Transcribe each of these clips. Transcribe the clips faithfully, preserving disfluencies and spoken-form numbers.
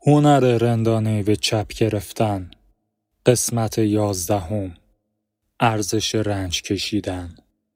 هنر رندانه به چپ گرفتن. قسمت یازدهم. ارزش رنج کشیدن.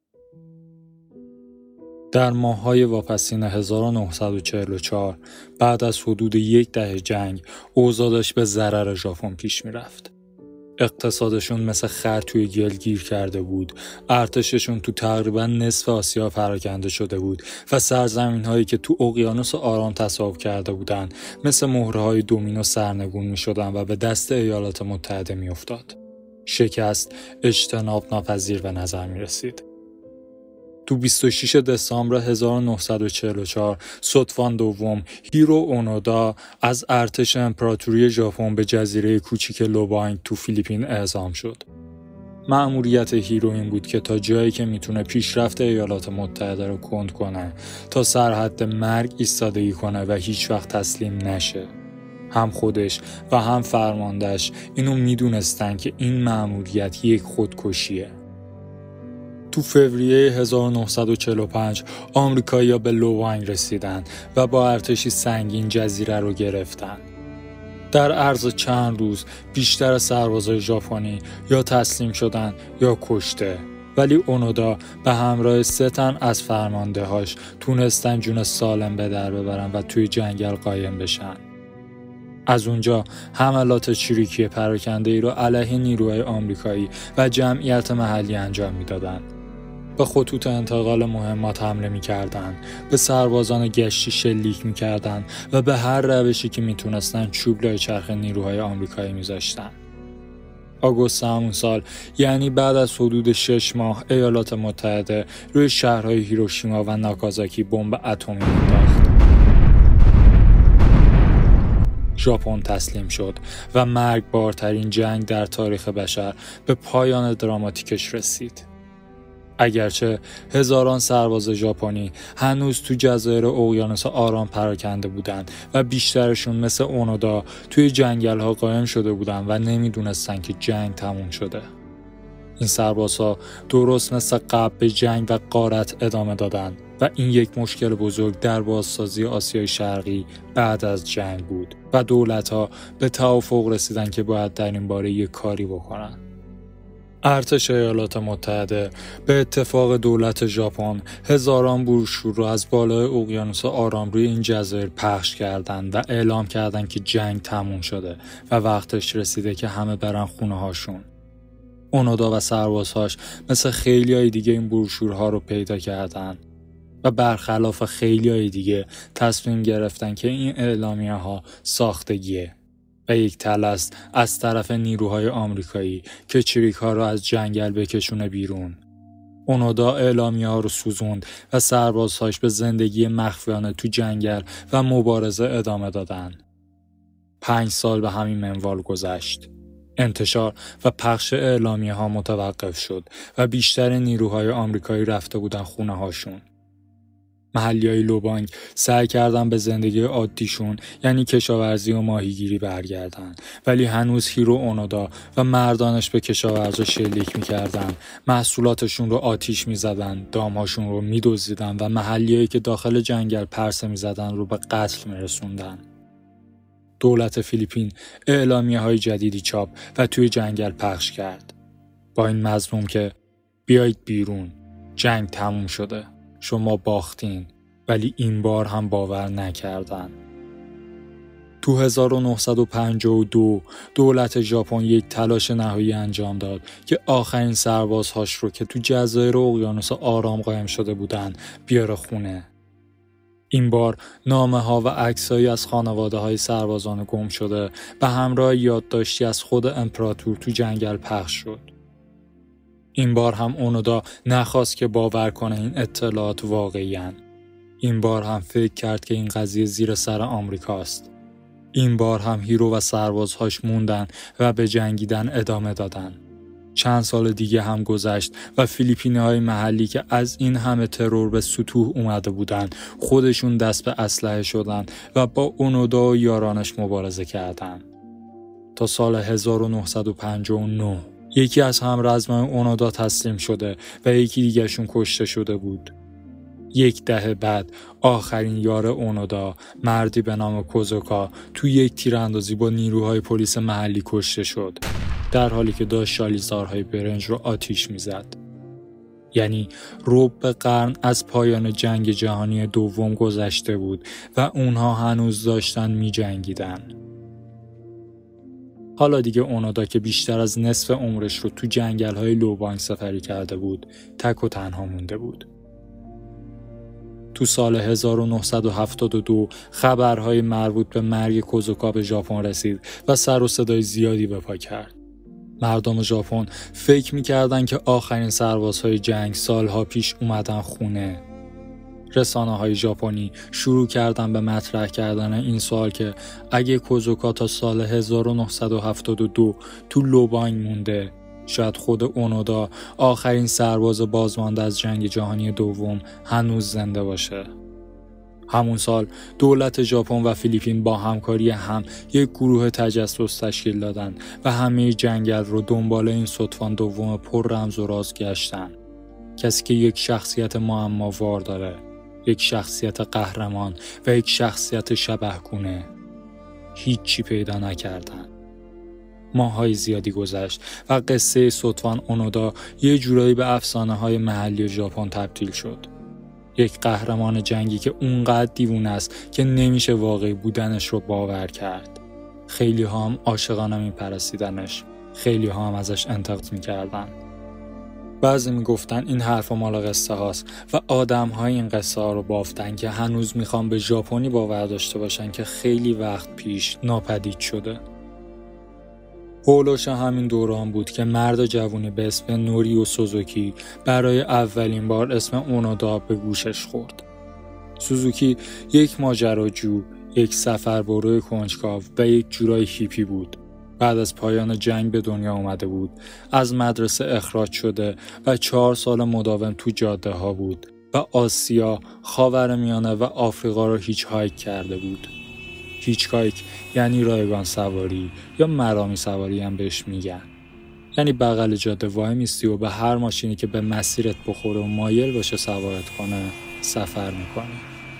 در ماه‌های واپسین هزار و نهصد و چهل و چهار بعد از حدود یک دهه جنگ اوضاع داشت به ضرر ژاپن پیش می‌رفت. اقتصادشون مثل خر توی گل گیر کرده بود، ارتششون تو تقریبا نصف آسیا پراکنده شده بود و سرزمین‌هایی که تو اقیانوس آرام تصاحب کرده بودن مثل مهره‌های دومینو سرنگون می‌شدن و به دست ایالات متحده می‌افتاد. شکست اجتناب ناپذیر به نظر می‌رسید. تو بیست و شش دسامبر هزار و نهصد و چهل و چهار ستوان دوم هیرو اونودا از ارتش امپراتوری ژاپن به جزیره کوچیک لوبانگ تو فیلیپین اعزام شد. مأموریت هیرو این بود که تا جایی که میتونه پیشرفت ایالات متحده رو کند کنه تا سرحد مرگ ایستادگی کنه و هیچ وقت تسلیم نشه. هم خودش و هم فرماندهش اینو میدونستن که این مأموریت یک خودکشیه. تو فوریه هزار و نهصد و چهل و پنج آمریکایی‌ها به لوبانگ رسیدن و با ارتشی سنگین جزیره رو گرفتن. در عرض چند روز بیشتر سربازای ژاپنی یا تسلیم شدن یا کشته، ولی اونودا به همراه سه تن از فرمانده‌هاش تونستن جون سالم به در ببرن و توی جنگل قایم بشن. از اونجا حملات چریکی پراکنده‌ای رو علیه نیروهای آمریکایی و جمعیت محلی انجام میدادن. به خطوط انتقال مهمات حمله می‌کردند، به سربازان گشتی شلیک می‌کردند و به هر روشی که می‌تونستن چوب لای چرخ نیروهای آمریکایی می‌ذاشتن. آگوست همون سال، یعنی بعد از حدود شش ماه، ایالات متحده روی شهرهای هیروشیما و ناگازاکی بمب اتمی انداخت. ژاپن تسلیم شد و مرگبارترین جنگ در تاریخ بشر به پایان دراماتیکش رسید. اگرچه هزاران سرباز ژاپنی هنوز تو جزایر اقیانوس آرام پراکنده بودند و بیشترشون مثل اونودا توی جنگل‌ها قایم شده بودند و نمیدونستن که جنگ تموم شده. این سربازها درست مثل قبل به جنگ و غارت ادامه دادن و این یک مشکل بزرگ در بازسازی آسیای شرقی بعد از جنگ بود و دولت‌ها به توافق رسیدن که باید در این باره یک کاری بکنن. ارتش ایالات متحده به اتفاق دولت ژاپن هزاران بروشور را از بالای اقیانوس آرام روی این جزایر پخش کردند و اعلام کردند که جنگ تموم شده و وقتش رسیده که همه برن خونه هاشون. اونودا و سربازهاش مثل خیلیای دیگه این بروشورها رو پیدا کردند و برخلاف خیلیای دیگه تصمیم گرفتن که این اعلامیه ها ساختگیه و یک طلسم از طرف نیروهای آمریکایی که چریک ها رو از جنگل بکشونه بیرون. اونودا اعلامیه ها رو سوزوند و سربازهاش به زندگی مخفیانه تو جنگل و مبارزه ادامه دادن. پنج سال به همین منوال گذشت. انتشار و پخش اعلامیه ها متوقف شد و بیشتر نیروهای آمریکایی رفته بودن خونه هاشون. محلیای لوبانگ سعی کردن به زندگی عادیشون یعنی کشاورزی و ماهیگیری برگردن، ولی هنوز هیرو اونودا و مردانش به کشاورزا شلیک میکردن، محصولاتشون رو آتیش میزدن، دامهاشون رو میدزدیدن و محلیایی که داخل جنگل پرسه میزدن رو به قتل میرسوندن. دولت فیلیپین اعلامیه های جدیدی چاپ و توی جنگل پخش کرد با این مضمون که بیایید بیرون، جنگ تموم شده، شما باختین، ولی این بار هم باور نکردن. تو هزار و نهصد و پنجاه و دو دولت ژاپن یک تلاش نهایی انجام داد که آخرین سربازهاش رو که تو جزایر اقیانوس آرام قایم شده بودن بیاره خونه. این بار نامه ها و عکسایی از خانواده های سربازان گم شده به همراه یادداشتی از خود امپراتور تو جنگل پخش شد. این بار هم اونودا نخواست که باور کنه این اطلاعات واقعی‌اند. این بار هم فکر کرد که این قضیه زیر سر آمریکاست. این بار هم هیرو و سربازهاش موندن و به جنگیدن ادامه دادن. چند سال دیگه هم گذشت و فیلیپینی‌های محلی که از این همه ترور به سطوح اومده بودن خودشون دست به اسلحه شدن و با اونودا و یارانش مبارزه کردن. تا سال هزار و نهصد و پنجاه و نه یکی از همرزمای اونودا تسلیم شده و یکی دیگهشون کشته شده بود. یک دهه بعد آخرین یار اونودا، مردی به نام کوزوکا، تو یک تیراندازی با نیروهای پلیس محلی کشته شد، در حالی که داشت شالیزارهای برنج رو آتیش میزد. یعنی ربع قرن از پایان جنگ جهانی دوم گذشته بود و اونها هنوز داشتن می جنگیدن. حالا دیگه اونودا که بیشتر از نصف عمرش رو تو جنگل‌های لوبانگ سپری کرده بود، تک و تنها مونده بود. تو سال هزار و نهصد و هفتاد و دو خبرهای مربوط به مرگ کوزوکا به ژاپن رسید و سر و صدای زیادی به پا کرد. مردم ژاپن فکر می‌کردن که آخرین سربازهای جنگ سالها پیش اومدن خونه. رسانه‌های ژاپنی شروع کردن به مطرح کردن این سوال که اگه کوزوکا تا سال هزار و نهصد و هفتاد و دو تو لوبانگ مونده، شاید خود اونودا، آخرین سرباز بازمانده از جنگ جهانی دوم، هنوز زنده باشه. همون سال دولت ژاپن و فیلیپین با همکاری هم یک گروه تجسس تشکیل دادن و همه جنگل رو دنبال این ستوان دوم پر رمز و راز گشتن. کسی که یک شخصیت معماوار داره، یک شخصیت قهرمان و یک شخصیت شبحگونه. هیچی پیدا نکردن. ماهای زیادی گذشت و قصه ستوان اونودا یه جورایی به افسانه های محلی ژاپن تبدیل شد. یک قهرمان جنگی که اونقدر دیوونه است که نمیشه واقعی بودنش رو باور کرد. خیلی ها هم عاشقانه میپرستیدنش، خیلی ها هم ازش انتقاد میکردن. بعضی میگفتن این حرفا مال قصه هاست و آدم های این قصه ها رو بافتن که هنوز میخوان به ژاپنی باور داشته باشن که خیلی وقت پیش ناپدید شده. هولوش همین دوران بود که مرد جوونی به اسم نوریو سوزوکی برای اولین بار اسم اونودا به گوشش خورد. سوزوکی یک ماجراجو، یک سفربرو کنجکاو و یک جورای هیپی بود. بعد از پایان جنگ به دنیا اومده بود، از مدرسه اخراج شده و چهار سال مداوم تو جاده ها بود و آسیا، خاورمیانه و آفریقا رو هیچ هایک کرده بود. هیچکایک یعنی رایگان سواری یا مرامی سواری هم بهش میگن. یعنی بغل جاده وای میستی و به هر ماشینی که به مسیرت بخوره و مایل باشه سوارت کنه سفر میکنی.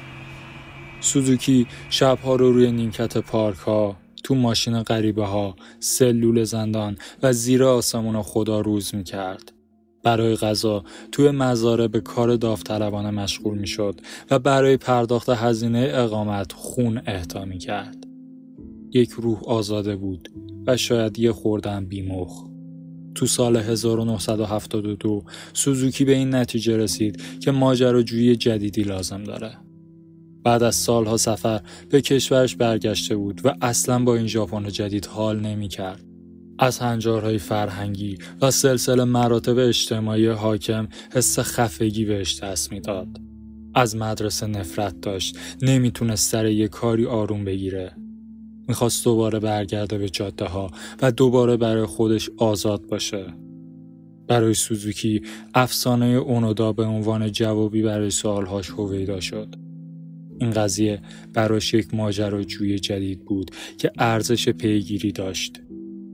سوزوکی شبها رو روی نیمکت پارک ها، تو ماشین غریبه ها، سلول زندان و زیر آسمون خدا روز میکرد. برای غذا توی مزارع به کار داوطلبانه مشغول میشد و برای پرداخت هزینه اقامت خون اهدا میکرد. یک روح آزاده بود و شاید یه خوردن بیمخ. تو سال هزار و نهصد و هفتاد و دو سوزوکی به این نتیجه رسید که ماجراجویی جدیدی لازم داره. بعد از سالها سفر به کشورش برگشته بود و اصلاً با این ژاپن جدید حال نمی‌کرد. از هنجارهای فرهنگی و سلسله مراتب اجتماعی حاکم حس خفگی بهش دست میداد. از مدرسه نفرت داشت، نمیتونست سر یه کاری آروم بگیره. میخواست دوباره برگرده به جاده ها و دوباره برای خودش آزاد باشه. برای سوزوکی افسانه اونودا به عنوان جوابی برای سوالهاش هویدا شد. این قضیه براش یک ماجراجویی جدید بود که ارزش پیگیری داشت.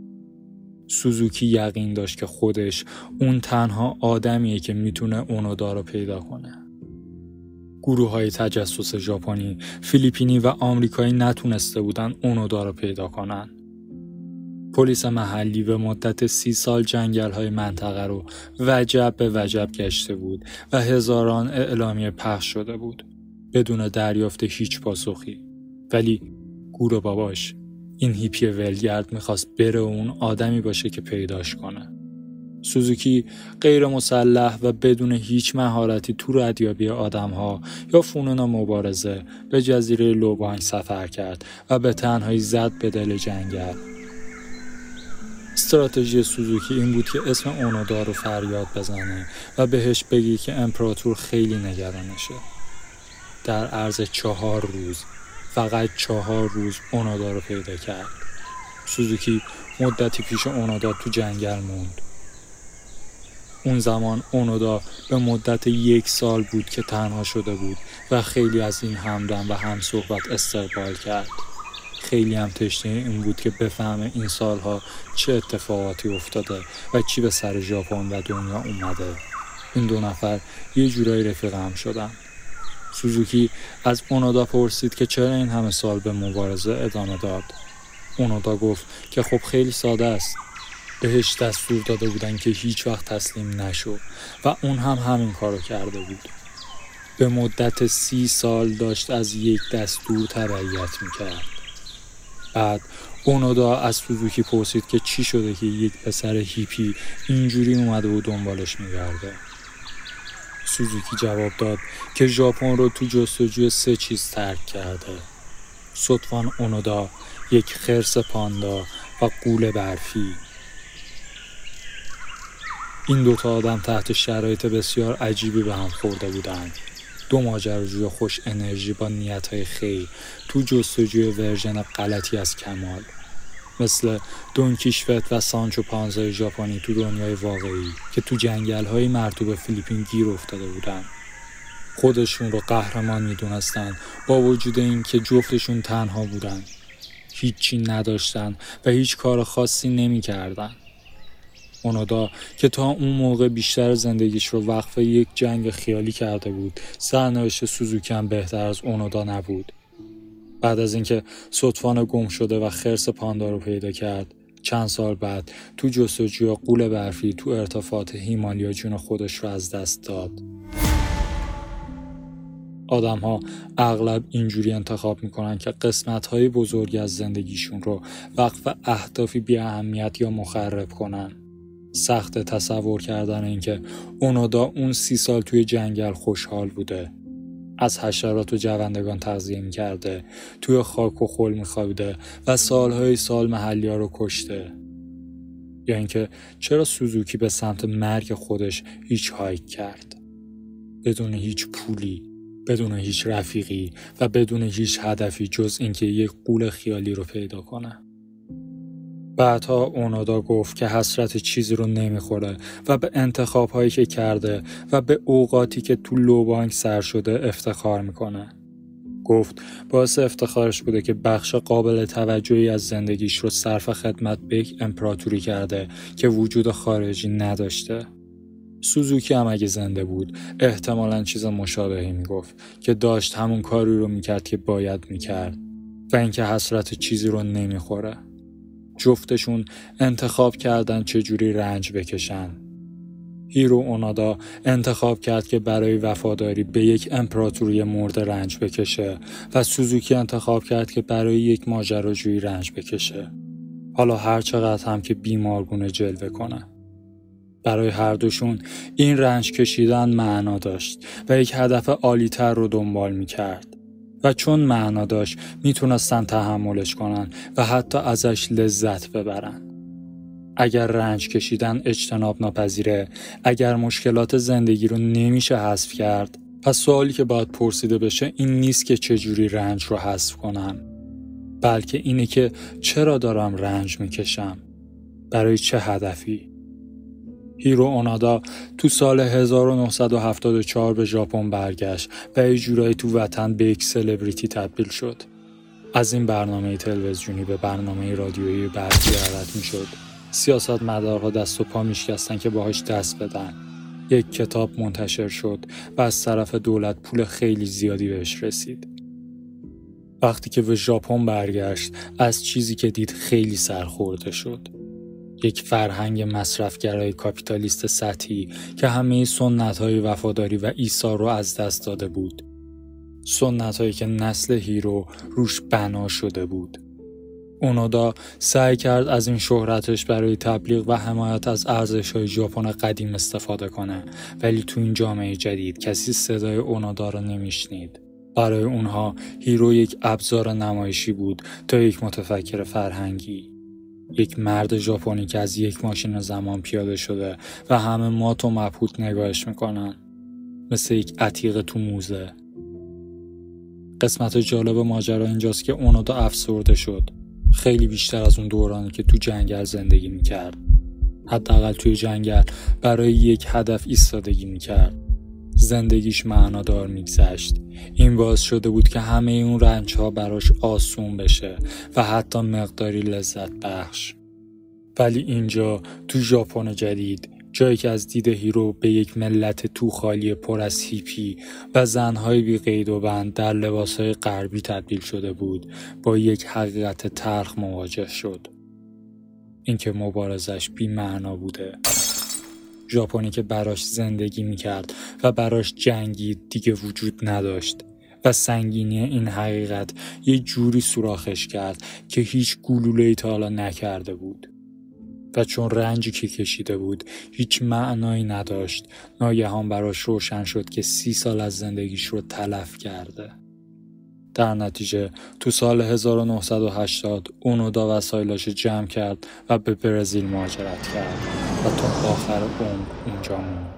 سوزوکی یقین داشت که خودش اون تنها آدمیه که میتونه اونودا رو پیدا کنه. گروه های تجسس ژاپنی، فیلیپینی و آمریکایی نتونسته بودن اونودا رو پیدا کنن. پلیس محلی به مدت سی سال جنگل های منطقه رو وجب به وجب گشته بود و هزاران اعلامیه پخش شده بود بدون دریافت هیچ پاسخی. ولی گور باباش، این هیپی ولگرد، میخواست بره اون آدمی باشه که پیداش کنه. سوزوکی غیر مسلح و بدون هیچ مهارتی تو ردیابی آدم‌ها یا فنون مبارزه به جزیره لوبانگ سفر کرد و به تنهایی زد به دل جنگل. استراتژی سوزوکی این بود که اسم اونودا رو فریاد بزنه و بهش بگی که امپراتور خیلی نگرانشه. در عرض چهار روز، فقط چهار روز اونودا رو پیدا کرد. سوزوکی مدتی پیش اونودا تو جنگل موند. اون زمان اونودا به مدت یک سال بود که تنها شده بود و خیلی از این همدم و هم صحبت استقبال کرد. خیلی هم تشنه این بود که بفهمه این سالها چه اتفاقاتی افتاده و چی به سر ژاپن و دنیا اومده. این دو نفر یه جورایی رفیق هم شدن. سوزوکی از اونودا پرسید که چرا این همه سال به مبارزه ادامه داد. اونودا گفت که خب خیلی ساده است. بهش دستور داده بودن که هیچ وقت تسلیم نشو و اون هم همین کارو کرده بود. به مدت سی سال داشت از یک دستور تبعیت میکرد. بعد اونودا از سوزوکی پرسید که چی شده که یک پسر هیپی اینجوری اومده و دنبالش میگرده. سوزوکی جواب داد که ژاپن رو تو جستجوی سه چیز ترک کرده: ستوان اونودا، یک خرس پاندا و غول برفی. این دوتا آدم تحت شرایط بسیار عجیبی به هم خورده بودند. دو ماجراجوی خوش انرژی با نیت‌های خیر تو جستجوی ورژن غلطی از کمال، مثل دون کیشوت و سانچو پانزای ژاپنی تو دنیای واقعی که تو جنگل‌های مرطوب فیلیپین گیر افتاده بودن. خودشون رو قهرمان می‌دونستن با وجود این که جفتشون تنها بودن، هیچی نداشتن و هیچ کار خاصی نمی‌کردن. اونودا که تا اون موقع بیشتر زندگیش رو وقف یک جنگ خیالی کرده بود، سرنوشت سوزوکی هم بهتر از اونودا نبود. بعد از اینکه ستوان گم شده و خرس پاندا رو پیدا کرد، چند سال بعد تو جستجوی غول برفی تو ارتفاعات هیمالیا جون خودش رو از دست داد. آدم ها اغلب اینجوری انتخاب میکنن که قسمت‌های بزرگی از زندگیشون رو وقف اهدافی بی اهمیت یا مخرب کنن. سخت تصور کردن این که اونودا اون سی سال توی جنگل خوشحال بوده، از حشرات و جوندگان تغذیه می‌کرده، توی خاک و خل می‌خوابیده و سالهای سال محلی‌ها رو کشته. یا اینکه چرا سوزوکی به سمت مرگ خودش هیچ هایک کرد، بدون هیچ پولی، بدون هیچ رفیقی و بدون هیچ هدفی جز اینکه یک غول خیالی رو پیدا کنه. بعدها اونودا گفت که حسرت چیزی رو نمیخوره و به انتخاب‌هایی که کرده و به اوقاتی که تو لوبانگ سر شده افتخار میکنه. گفت باعث افتخارش بوده که بخش قابل توجهی از زندگیش رو صرف خدمت به یک امپراتوری کرده که وجود خارجی نداشته. سوزوکی هم اگه زنده بود احتمالاً چیز مشابهی میگفت که داشت همون کاری رو میکرد که باید میکرد و اینکه حسرت چیزی رو نمیخوره. جفتشون انتخاب کردن چجوری رنج بکشن. هیرو اونودا انتخاب کرد که برای وفاداری به یک امپراتوری مرده رنج بکشه و سوزوکی انتخاب کرد که برای یک ماجراجویی رنج بکشه. حالا هر چقدر هم که بیمارگونه جلوه کنه. برای هر دوشون این رنج کشیدن معنا داشت و یک هدف عالی‌تر رو دنبال می‌کرد. و چون معنا داشت میتونستن تحملش کنن و حتی ازش لذت ببرن. اگر رنج کشیدن اجتناب ناپذیره، اگر مشکلات زندگی رو نمیشه حذف کرد، پس سوالی که باید پرسیده بشه این نیست که چجوری رنج رو حذف کنم، بلکه اینه که چرا دارم رنج میکشم؟ برای چه هدفی؟ هیرو اونودا تو سال هزار و نهصد و هفتاد و چهار به ژاپن برگشت و یه جورایی تو وطن به یک سلبریتی تبدیل شد. از این برنامه تلویزیونی به برنامه رادیویی برگردت میشد. سیاستمدارها دست و پا میشکستن که باهاش دست بدن. یک کتاب منتشر شد و از طرف دولت پول خیلی زیادی بهش رسید. وقتی که به ژاپن برگشت از چیزی که دید خیلی سرخورده شد. یک فرهنگ مصرفگرای کاپیتالیست سطحی که همه سنت‌های وفاداری و ایثار رو از دست داده بود. سنت‌هایی که نسل هیرو روش بنا شده بود. اونودا سعی کرد از این شهرتش برای تبلیغ و حمایت از ارزش‌های ژاپن قدیم استفاده کنه، ولی تو این جامعه جدید کسی صدای اونودا رو نمیشنید. برای اونها هیرو یک ابزار نمایشی بود تا یک متفکر فرهنگی. یک مرد ژاپنی که از یک ماشین زمان پیاده شده و همه مات و مبهوت نگاهش میکنن، مثل یک عتیق تو موزه. قسمت جالب ماجرا اینجاست که اونودا افسرده شد، خیلی بیشتر از اون دورانی که تو جنگل زندگی میکرد. حداقل توی جنگل برای یک هدف ایستادگی میکرد. زندگیش معنادار میگذشت. این باعث شده بود که همه اون رنج‌ها براش آسون بشه و حتی مقداری لذت بخش. ولی اینجا تو ژاپن جدید جایی که از دید هیرو به یک ملت توخالی پر از هیپی و زنهای بی قید و بند در لباسهای غربی تبدیل شده بود، با یک حقیقت تلخ مواجه شد. اینکه مبارزش بی معنا بوده. ژاپنی که براش زندگی میکرد و براش جنگید دیگه وجود نداشت و سنگینی این حقیقت یه جوری سوراخش کرد که هیچ گلوله‌ای تا حالا نکرده بود. و چون رنجی که کشیده بود هیچ معنایی نداشت، ناگهان براش روشن شد که سی سال از زندگیش رو تلف کرده. در نتیجه تو سال هزار و نهصد و هشتاد اونودا وسایلاشو جمع کرد و به برزیل مهاجرت کرد و تا آخر عمر اونجا موند.